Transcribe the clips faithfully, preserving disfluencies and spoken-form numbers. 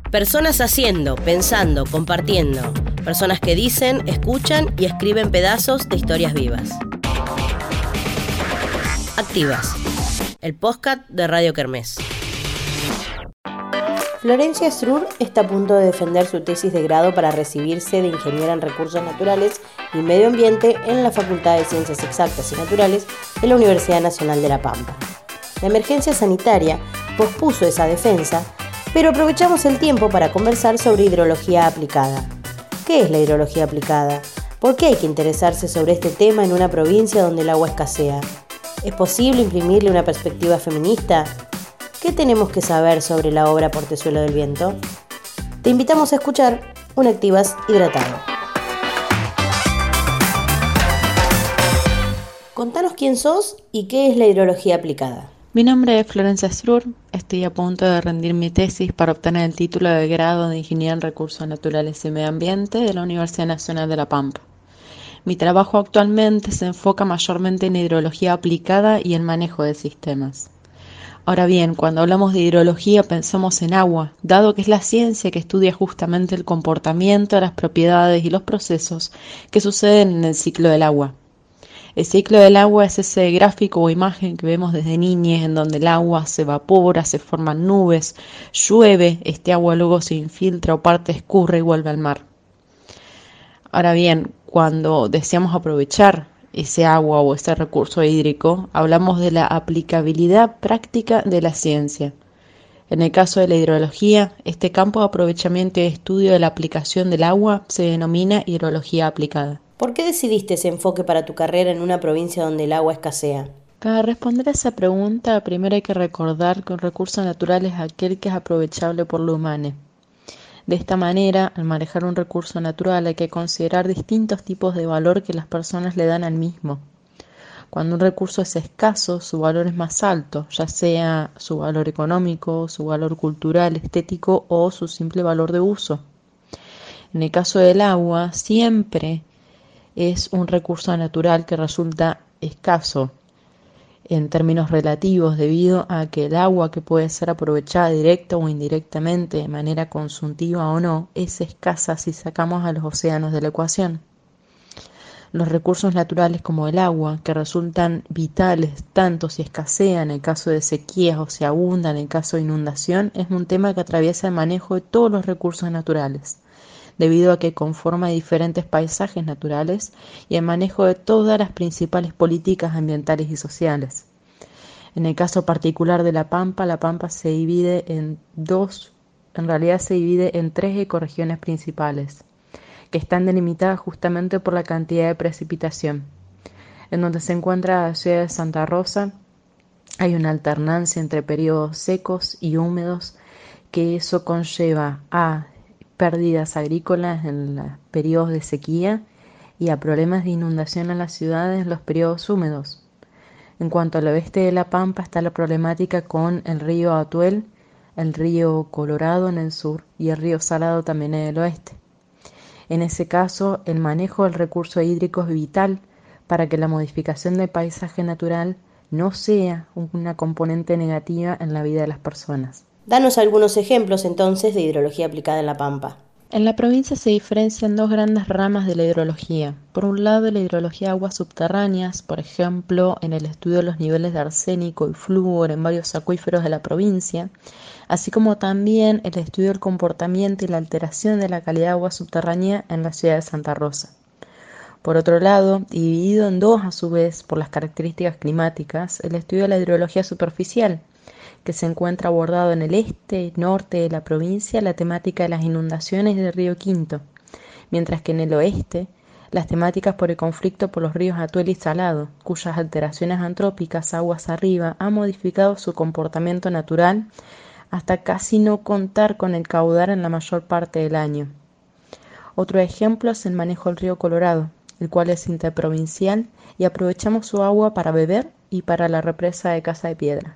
Personas haciendo, pensando, compartiendo. Personas que dicen, escuchan y escriben pedazos de historias vivas. Activas, el podcast de Radio Kermés. Florencia Srur está a punto de defender su tesis de grado para recibirse de ingeniera en recursos naturales y medio ambiente en la Facultad de Ciencias Exactas y Naturales de la Universidad Nacional de La Pampa. La emergencia sanitaria pospuso esa defensa, pero aprovechamos el tiempo para conversar sobre hidrología aplicada. ¿Qué es la hidrología aplicada? ¿Por qué hay que interesarse sobre este tema en una provincia donde el agua escasea? ¿Es posible imprimirle una perspectiva feminista? ¿Qué tenemos que saber sobre la obra Portezuelo del Viento? Te invitamos a escuchar un Activas Hidratado. Contanos quién sos y qué es la hidrología aplicada. Mi nombre es Florencia Srur, estoy a punto de rendir mi tesis para obtener el título de grado de Ingeniería en Recursos Naturales y Medio Ambiente de la Universidad Nacional de La Pampa. Mi trabajo actualmente se enfoca mayormente en hidrología aplicada y en manejo de sistemas. Ahora bien, cuando hablamos de hidrología pensamos en agua, dado que es la ciencia que estudia justamente el comportamiento, las propiedades y los procesos que suceden en el ciclo del agua. El ciclo del agua es ese gráfico o imagen que vemos desde niñez, en donde el agua se evapora, se forman nubes, llueve, este agua luego se infiltra o parte escurre y vuelve al mar. Ahora bien, cuando deseamos aprovechar ese agua o ese recurso hídrico, hablamos de la aplicabilidad práctica de la ciencia. En el caso de la hidrología, este campo de aprovechamiento y estudio de la aplicación del agua se denomina hidrología aplicada. ¿Por qué decidiste ese enfoque para tu carrera en una provincia donde el agua escasea? Para responder a esa pregunta, primero hay que recordar que un recurso natural es aquel que es aprovechable por lo humano. De esta manera, al manejar un recurso natural hay que considerar distintos tipos de valor que las personas le dan al mismo. Cuando un recurso es escaso, su valor es más alto, ya sea su valor económico, su valor cultural, estético o su simple valor de uso. En el caso del agua, siempre es un recurso natural que resulta escaso en términos relativos debido a que el agua, que puede ser aprovechada directa o indirectamente de manera consuntiva o no, es escasa si sacamos a los océanos de la ecuación. Los recursos naturales como el agua, que resultan vitales tanto si escasean en el caso de sequías o si abundan en el caso de inundación, es un tema que atraviesa el manejo de todos los recursos naturales, debido a que conforma diferentes paisajes naturales y el manejo de todas las principales políticas ambientales y sociales. En el caso particular de La Pampa, La Pampa se divide en dos, en realidad se divide en tres ecorregiones principales, que están delimitadas justamente por la cantidad de precipitación. En donde se encuentra la ciudad de Santa Rosa, hay una alternancia entre periodos secos y húmedos, que eso conlleva a pérdidas agrícolas en los periodos de sequía y a problemas de inundación en las ciudades en los periodos húmedos. En cuanto al oeste de La Pampa está la problemática con el río Atuel, el río Colorado en el sur y el río Salado también en el oeste. En ese caso, el manejo del recurso hídrico es vital para que la modificación del paisaje natural no sea una componente negativa en la vida de las personas. Danos algunos ejemplos entonces de hidrología aplicada en La Pampa. En la provincia se diferencian dos grandes ramas de la hidrología. Por un lado, la hidrología de aguas subterráneas, por ejemplo, en el estudio de los niveles de arsénico y flúor en varios acuíferos de la provincia, así como también el estudio del comportamiento y la alteración de la calidad de agua subterránea en la ciudad de Santa Rosa. Por otro lado, y dividido en dos a su vez por las características climáticas, el estudio de la hidrología superficial, que se encuentra abordado en el este y norte de la provincia la temática de las inundaciones del río Quinto, mientras que en el oeste las temáticas por el conflicto por los ríos Atuel y Salado, cuyas alteraciones antrópicas aguas arriba han modificado su comportamiento natural hasta casi no contar con el caudal en la mayor parte del año. Otro ejemplo es el manejo del río Colorado, el cual es interprovincial y aprovechamos su agua para beber y para la represa de Casa de Piedra.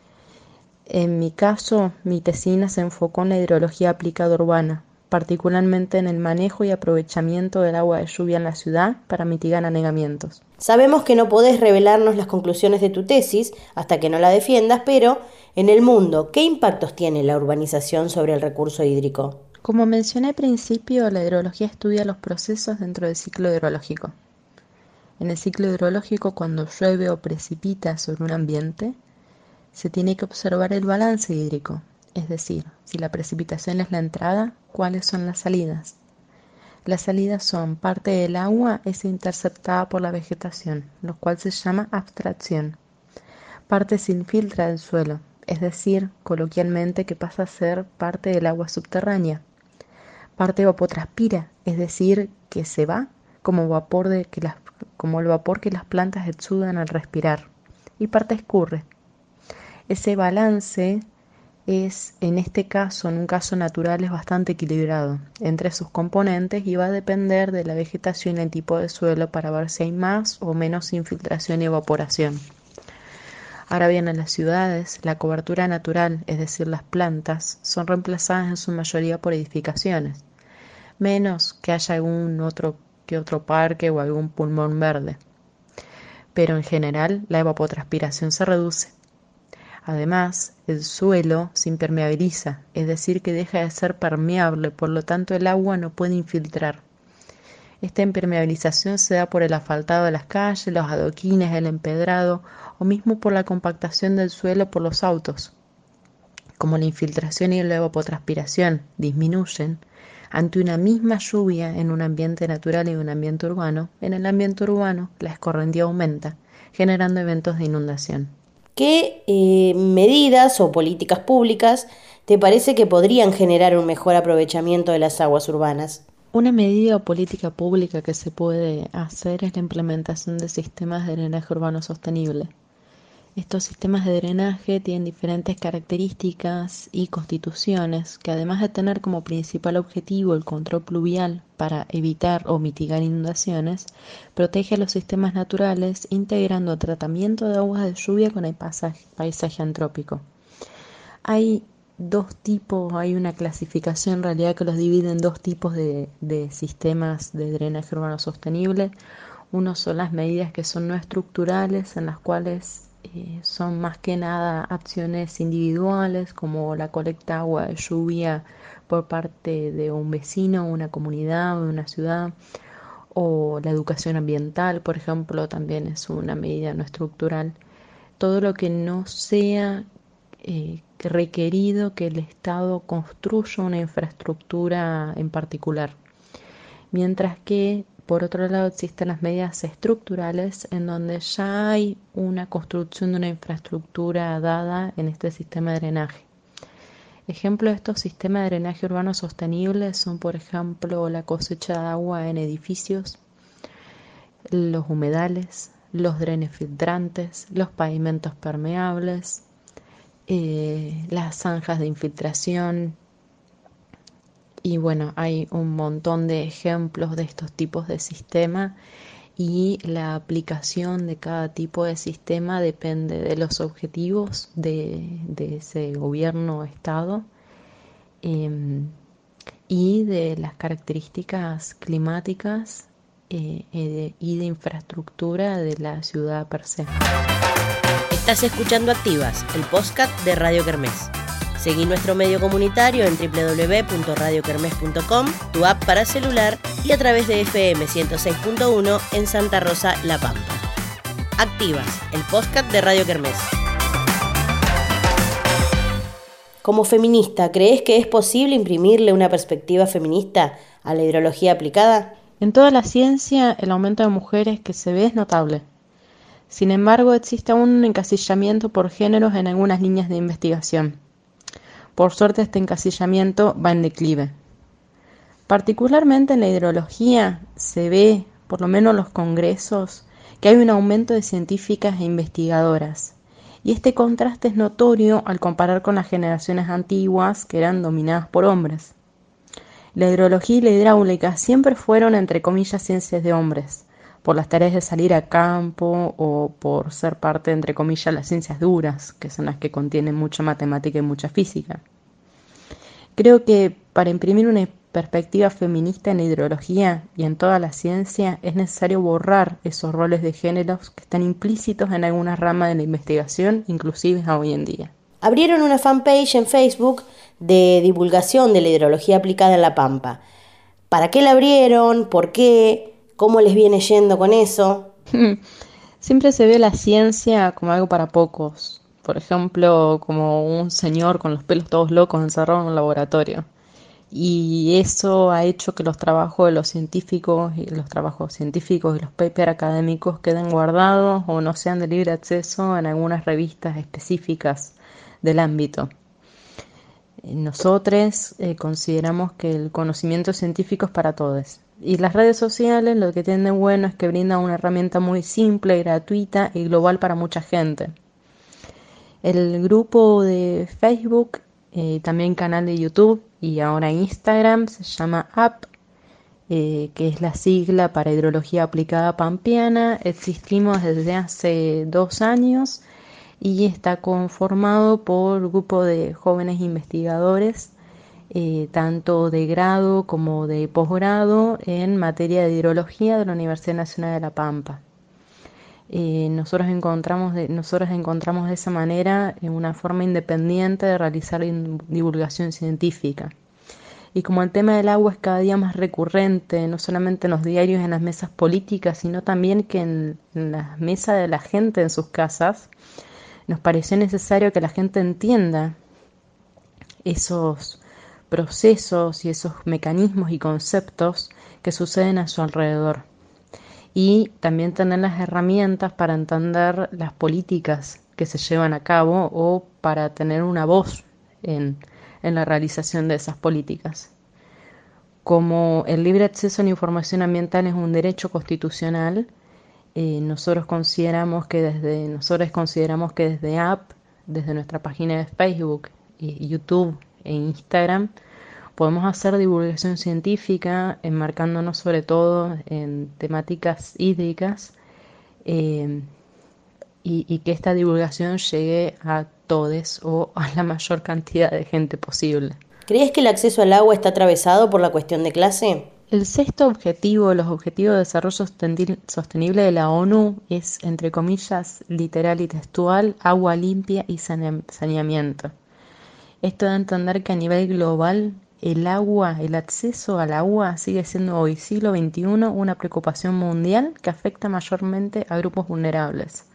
En mi caso, mi tesina se enfocó en la hidrología aplicada urbana, particularmente en el manejo y aprovechamiento del agua de lluvia en la ciudad para mitigar anegamientos. Sabemos que no podés revelarnos las conclusiones de tu tesis hasta que no la defiendas, pero En el mundo, ¿qué impactos tiene la urbanización sobre el recurso hídrico? Como mencioné al principio, la hidrología estudia los procesos dentro del ciclo hidrológico. En el ciclo hidrológico, cuando llueve o precipita sobre un ambiente, se tiene que observar el balance hídrico, es decir, si la precipitación es la entrada, ¿cuáles son las salidas? Las salidas son parte del agua es interceptada por la vegetación, lo cual se llama abstracción. Parte se infiltra del suelo, es decir, coloquialmente que pasa a ser parte del agua subterránea. Parte evapotranspira, es decir, que se va como, vapor de que las, como el vapor que las plantas exudan al respirar. Y parte escurre. Ese balance es, en este caso, en un caso natural, es bastante equilibrado entre sus componentes y va a depender de la vegetación y el tipo de suelo para ver si hay más o menos infiltración y evaporación. Ahora bien, en las ciudades, la cobertura natural, es decir, las plantas, son reemplazadas en su mayoría por edificaciones, menos que haya algún otro que otro parque o algún pulmón verde. Pero en general, la evapotranspiración se reduce. Además, el suelo se impermeabiliza, es decir, que deja de ser permeable, por lo tanto el agua no puede infiltrar. Esta impermeabilización se da por el asfaltado de las calles, los adoquines, el empedrado o mismo por la compactación del suelo por los autos. Como la infiltración y la evapotranspiración disminuyen, ante una misma lluvia en un ambiente natural y en un ambiente urbano, en el ambiente urbano la escorrentía aumenta, generando eventos de inundación. ¿Qué eh, medidas o políticas públicas te parece que podrían generar un mejor aprovechamiento de las aguas urbanas? Una medida o política pública que se puede hacer es la implementación de sistemas de drenaje urbano sostenible. Estos sistemas de drenaje tienen diferentes características y constituciones que, además de tener como principal objetivo el control pluvial para evitar o mitigar inundaciones, protege a los sistemas naturales integrando tratamiento de aguas de lluvia con el paisaje, paisaje antrópico. Hay dos tipos, hay una clasificación en realidad que los divide en dos tipos de, de sistemas de drenaje urbano sostenible. Uno son las medidas que son no estructurales, en las cuales eh, son más que nada acciones individuales, como la colecta de agua de lluvia por parte de un vecino, una comunidad o una ciudad, o la educación ambiental, por ejemplo, también es una medida no estructural. Todo lo que no sea eh, requerido que el Estado construya una infraestructura en particular. Mientras que, por otro lado, existen las medidas estructurales en donde ya hay una construcción de una infraestructura dada en este sistema de drenaje. Ejemplos de estos sistemas de drenaje urbano sostenibles son, por ejemplo, la cosecha de agua en edificios, los humedales, los drenes filtrantes, los pavimentos permeables, eh, las zanjas de infiltración. Y bueno, hay un montón de ejemplos de estos tipos de sistema y la aplicación de cada tipo de sistema depende de los objetivos de, de ese gobierno o estado eh, y de las características climáticas eh, y, de, y de infraestructura de la ciudad per se. Estás escuchando Activas, el podcast de Radio Kermés. Seguí nuestro medio comunitario en doble u doble u doble u punto radio kermés punto com, tu app para celular y a través de F M ciento seis punto uno en Santa Rosa, La Pampa. Activas, el podcast de Radio Kermés. Como feminista, ¿crees que es posible imprimirle una perspectiva feminista a la hidrología aplicada? En toda la ciencia, el aumento de mujeres que se ve es notable. Sin embargo, existe aún un encasillamiento por géneros en algunas líneas de investigación. Por suerte, este encasillamiento va en declive. Particularmente en la hidrología se ve, por lo menos en los congresos, que hay un aumento de científicas e investigadoras. Y este contraste es notorio al comparar con las generaciones antiguas que eran dominadas por hombres. La hidrología y la hidráulica siempre fueron, entre comillas, ciencias de hombres, por las tareas de salir a campo o por ser parte, entre comillas, las ciencias duras, que son las que contienen mucha matemática y mucha física. Creo que para imprimir una perspectiva feminista en la hidrología y en toda la ciencia es necesario borrar esos roles de géneros que están implícitos en algunas ramas de la investigación, inclusive a hoy en día. Abrieron una fanpage en Facebook de divulgación de la hidrología aplicada en La Pampa. ¿Para qué la abrieron? ¿Por qué? ¿Cómo les viene yendo con eso? Siempre se ve la ciencia como algo para pocos. Por ejemplo, como un señor con los pelos todos locos encerrado en un laboratorio. Y eso ha hecho que los trabajos de los científicos y los trabajos científicos y los papers académicos queden guardados o no sean de libre acceso en algunas revistas específicas del ámbito. Nosotros eh, consideramos que el conocimiento científico es para todos. Y las redes sociales lo que tienen de bueno es que brindan una herramienta muy simple, gratuita y global para mucha gente. El grupo de Facebook, eh, también canal de YouTube y ahora Instagram se llama A P, eh, que es la sigla para Hidrología Aplicada Pampeana. Existimos desde hace dos años y está conformado por grupo de jóvenes investigadores, eh, tanto de grado como de posgrado en materia de hidrología de la Universidad Nacional de La Pampa. Eh, nosotros encontramos de, nosotros encontramos de esa manera eh, una forma independiente de realizar divulgación científica. Y como el tema del agua es cada día más recurrente, no solamente en los diarios, en las mesas políticas, sino también que en, en las mesas de la gente en sus casas, nos pareció necesario que la gente entienda esos procesos y esos mecanismos y conceptos que suceden a su alrededor. Y también tener las herramientas para entender las políticas que se llevan a cabo o para tener una voz en, en la realización de esas políticas. Como el libre acceso a la información ambiental es un derecho constitucional, eh, nosotros consideramos que desde nosotros consideramos que desde A P, desde nuestra página de Facebook, y YouTube e Instagram, podemos hacer divulgación científica, enmarcándonos sobre todo en temáticas hídricas, eh, y, y que esta divulgación llegue a todos o a la mayor cantidad de gente posible. ¿Crees que el acceso al agua está atravesado por la cuestión de clase? El sexto objetivo, los Objetivos de Desarrollo Sostenible de la ONU, es, entre comillas, literal y textual, agua limpia y saneamiento. Esto da a entender que a nivel global el agua, el acceso al agua sigue siendo hoy, siglo veintiuno, una preocupación mundial que afecta mayormente a grupos vulnerables.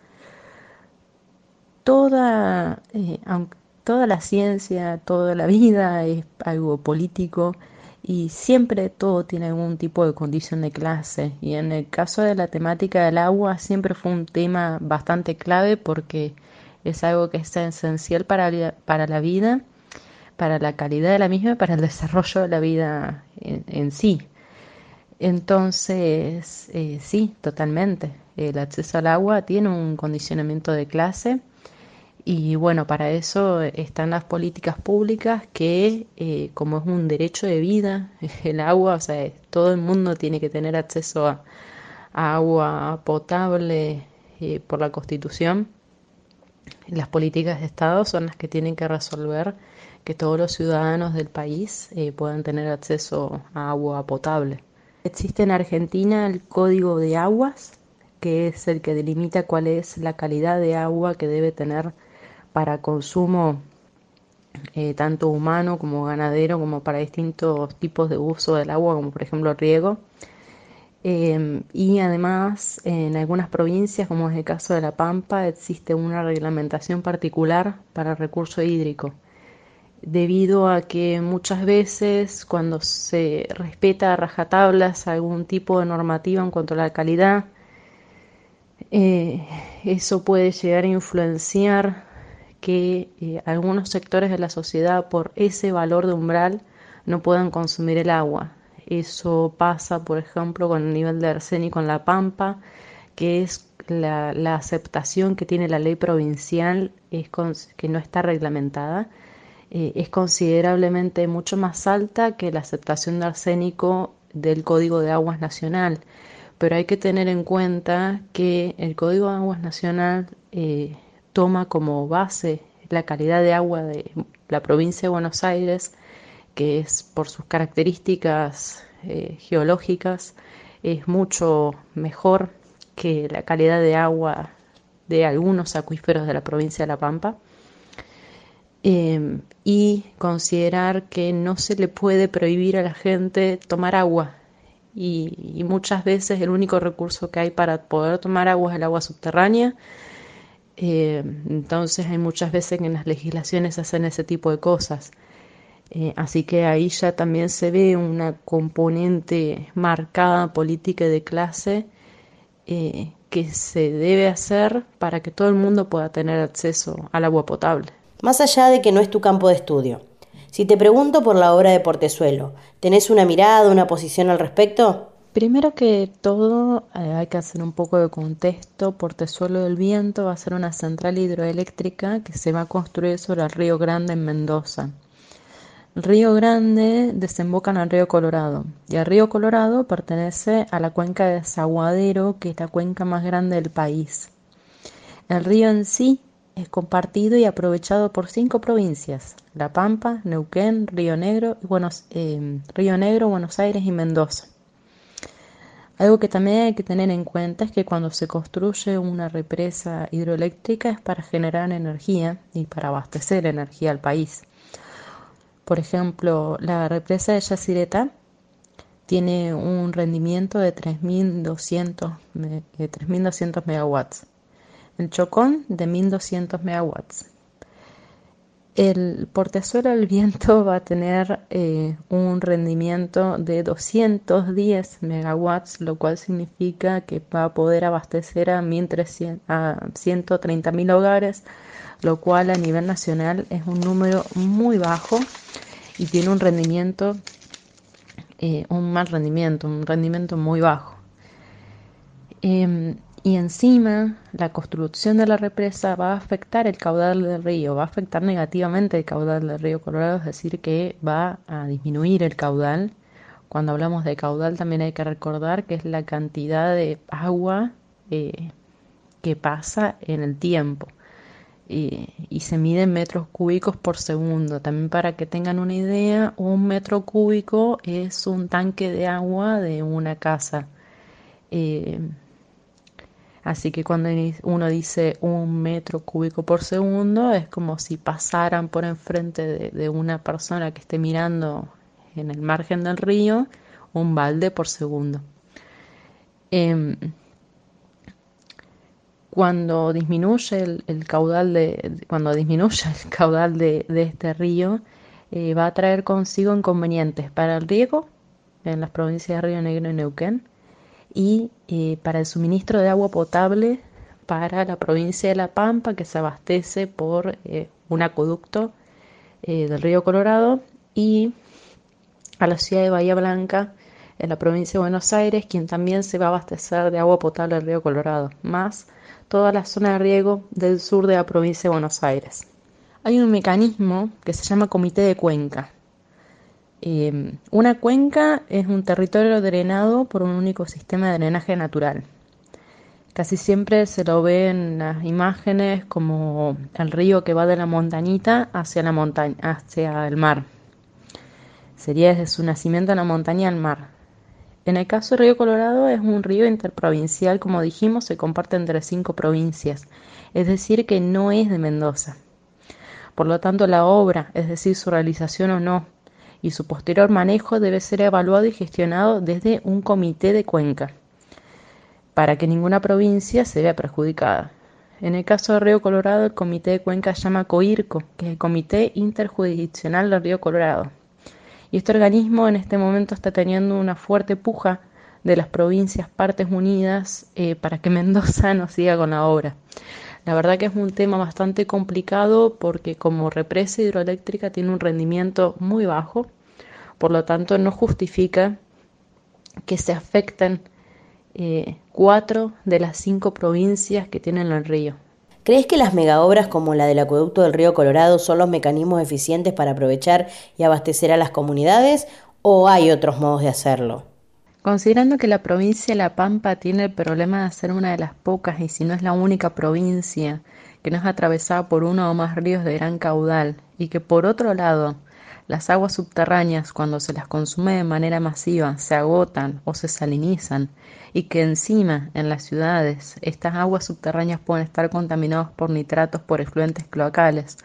Toda, eh, aunque toda la ciencia, toda la vida es algo político y siempre todo tiene algún tipo de condición de clase. Y en el caso de la temática del agua siempre fue un tema bastante clave porque es algo que es esencial para la, para la vida, para la calidad de la misma y para el desarrollo de la vida en, en sí. Entonces, eh, sí, totalmente. El acceso al agua tiene un condicionamiento de clase. Y bueno, para eso están las políticas públicas que, eh, como es un derecho de vida, el agua, o sea, todo el mundo tiene que tener acceso a, a agua potable, eh, por la Constitución. Las políticas de Estado son las que tienen que resolver que todos los ciudadanos del país eh, puedan tener acceso a agua potable. Existe en Argentina el Código de Aguas, que es el que delimita cuál es la calidad de agua que debe tener para consumo, eh, tanto humano como ganadero, como para distintos tipos de uso del agua, como por ejemplo riego. Eh, y además, en algunas provincias, como es el caso de La Pampa, existe una reglamentación particular para el recurso hídrico, debido a que muchas veces cuando se respeta a rajatablas algún tipo de normativa en cuanto a la calidad, eh, eso puede llegar a influenciar que eh, algunos sectores de la sociedad por ese valor de umbral no puedan consumir el agua. Eso pasa, por ejemplo, con el nivel de arsénico en La Pampa, que es la, la aceptación que tiene la ley provincial, es con, que no está reglamentada, eh, es considerablemente mucho más alta que la aceptación de arsénico del Código de Aguas Nacional. Pero hay que tener en cuenta que el Código de Aguas Nacional eh, toma como base la calidad de agua de la provincia de Buenos Aires, que es por sus características eh, geológicas, es mucho mejor que la calidad de agua de algunos acuíferos de la provincia de La Pampa. eh, y considerar que no se le puede prohibir a la gente tomar agua. Y, y muchas veces el único recurso que hay para poder tomar agua es el agua subterránea. Eh, entonces hay muchas veces que en las legislaciones se hacen ese tipo de cosas. Eh, así que ahí ya también se ve una componente marcada política y de clase eh, que se debe hacer para que todo el mundo pueda tener acceso al agua potable. Más allá de que no es tu campo de estudio, si te pregunto por la obra de Portezuelo, ¿tenés una mirada, una posición al respecto? Primero que todo, eh, hay que hacer un poco de contexto. Portezuelo del Viento va a ser una central hidroeléctrica que se va a construir sobre el Río Grande en Mendoza. El Río Grande desemboca en el río Colorado y el río Colorado pertenece a la cuenca de Desaguadero, que es la cuenca más grande del país. El río en sí es compartido y aprovechado por cinco provincias: La Pampa, Neuquén, Río Negro, y Buenos, eh, Río Negro, Buenos Aires y Mendoza. Algo que también hay que tener en cuenta es que cuando se construye una represa hidroeléctrica es para generar energía y para abastecer energía al país. Por ejemplo, la represa de Yacyretá tiene un rendimiento de tres mil doscientos megawatts. El Chocón de mil doscientos megawatts. El Portezuelo del Viento va a tener eh, un rendimiento de doscientos diez megawatts, lo cual significa que va a poder abastecer a, mil trescientos, a ciento treinta mil hogares, lo cual a nivel nacional es un número muy bajo y tiene un rendimiento, eh, un mal rendimiento, un rendimiento muy bajo. Eh, y encima, la construcción de la represa va a afectar el caudal del río, va a afectar negativamente el caudal del río Colorado, es decir, que va a disminuir el caudal. Cuando hablamos de caudal también hay que recordar que es la cantidad de agua eh, que pasa en el tiempo. Y, y se mide en metros cúbicos por segundo. También para que tengan una idea, un metro cúbico es un tanque de agua de una casa. Eh, Así que cuando uno dice un metro cúbico por segundo, es como si pasaran por enfrente de, de una persona que esté mirando en el margen del río un balde por segundo. Eh, cuando disminuye el, el caudal de, cuando disminuye el caudal de, de este río, eh, va a traer consigo inconvenientes para el riego en las provincias de Río Negro y Neuquén, y eh, para el suministro de agua potable para la provincia de La Pampa, que se abastece por eh, un acueducto eh, del río Colorado, y a la ciudad de Bahía Blanca, en la provincia de Buenos Aires, quien también se va a abastecer de agua potable del río Colorado, más toda la zona de riego del sur de la provincia de Buenos Aires. Hay un mecanismo que se llama Comité de Cuenca. Eh, una cuenca es un territorio drenado por un único sistema de drenaje natural. Casi siempre se lo ve en las imágenes como el río que va de la montañita hacia la montaña, hacia el mar. Sería desde su nacimiento en la montaña al mar. En el caso del río Colorado es un río interprovincial, como dijimos, se comparte entre cinco provincias, es decir, que no es de Mendoza. Por lo tanto, la obra, es decir, su realización o no, y su posterior manejo debe ser evaluado y gestionado desde un comité de cuenca, para que ninguna provincia se vea perjudicada. En el caso del río Colorado, el comité de cuenca se llama COIRCO, que es el Comité Interjurisdiccional del río Colorado. Y este organismo en este momento está teniendo una fuerte puja de las provincias partes unidas eh, para que Mendoza no siga con la obra. La verdad que es un tema bastante complicado porque como represa hidroeléctrica tiene un rendimiento muy bajo, por lo tanto no justifica que se afecten eh, cuatro de las cinco provincias que tienen el río. ¿Crees que las megaobras como la del acueducto del río Colorado son los mecanismos eficientes para aprovechar y abastecer a las comunidades o hay otros modos de hacerlo? Considerando que la provincia de La Pampa tiene el problema de ser una de las pocas, y si no es la única provincia, que no es atravesada por uno o más ríos de gran caudal, y que por otro lado, las aguas subterráneas, cuando se las consume de manera masiva, se agotan o se salinizan, y que encima en las ciudades estas aguas subterráneas pueden estar contaminadas por nitratos por efluentes cloacales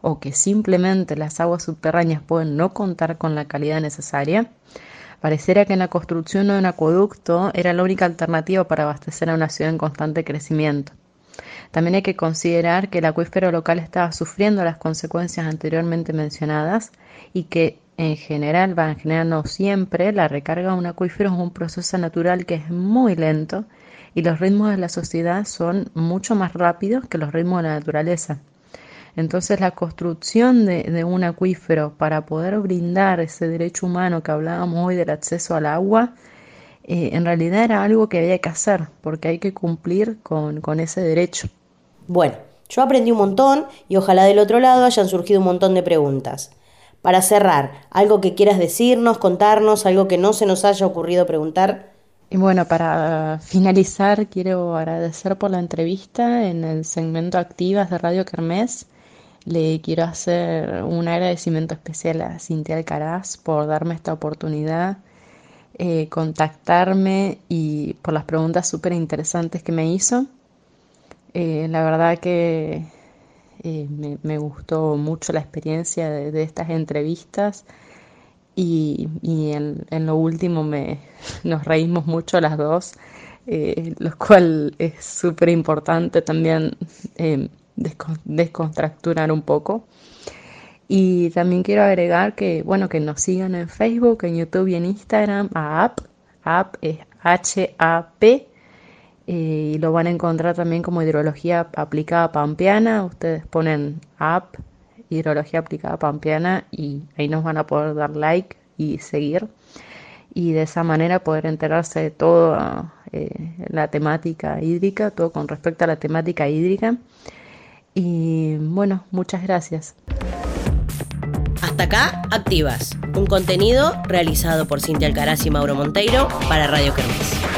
o que simplemente las aguas subterráneas pueden no contar con la calidad necesaria, pareciera que en la construcción de un acueducto era la única alternativa para abastecer a una ciudad en constante crecimiento. También hay que considerar que el acuífero local estaba sufriendo las consecuencias anteriormente mencionadas y que en general, va en general no siempre, la recarga de un acuífero es un proceso natural que es muy lento y los ritmos de la sociedad son mucho más rápidos que los ritmos de la naturaleza. Entonces la construcción de, de un acuífero para poder brindar ese derecho humano que hablábamos hoy del acceso al agua, eh, en realidad era algo que había que hacer porque hay que cumplir con, con ese derecho. Bueno, yo aprendí un montón y ojalá del otro lado hayan surgido un montón de preguntas. Para cerrar, algo que quieras decirnos, contarnos, algo que no se nos haya ocurrido preguntar. Y bueno, para finalizar, quiero agradecer por la entrevista en el segmento Activas de Radio Kermés. Le quiero hacer un agradecimiento especial a Cintia Alcaraz por darme esta oportunidad, eh, contactarme y por las preguntas súper interesantes que me hizo. Eh, la verdad que eh, me, me gustó mucho la experiencia de, de estas entrevistas y, y en, en lo último me, nos reímos mucho las dos, eh, lo cual es súper importante también. Eh, descontracturar un poco. Y también quiero agregar que, bueno, que nos sigan en Facebook, en YouTube y en Instagram a A P. A P es H A P, eh, y lo van a encontrar también como Hidrología Aplicada Pampeana. Ustedes ponen A P, Hidrología Aplicada Pampeana, y ahí nos van a poder dar like y seguir. Y de esa manera poder enterarse de toda eh, la temática hídrica, todo con respecto a la temática hídrica. Y bueno, muchas gracias. Hasta acá, Activas, un contenido realizado por Cintia Alcaraz y Mauro Monteiro para Radio Kermés.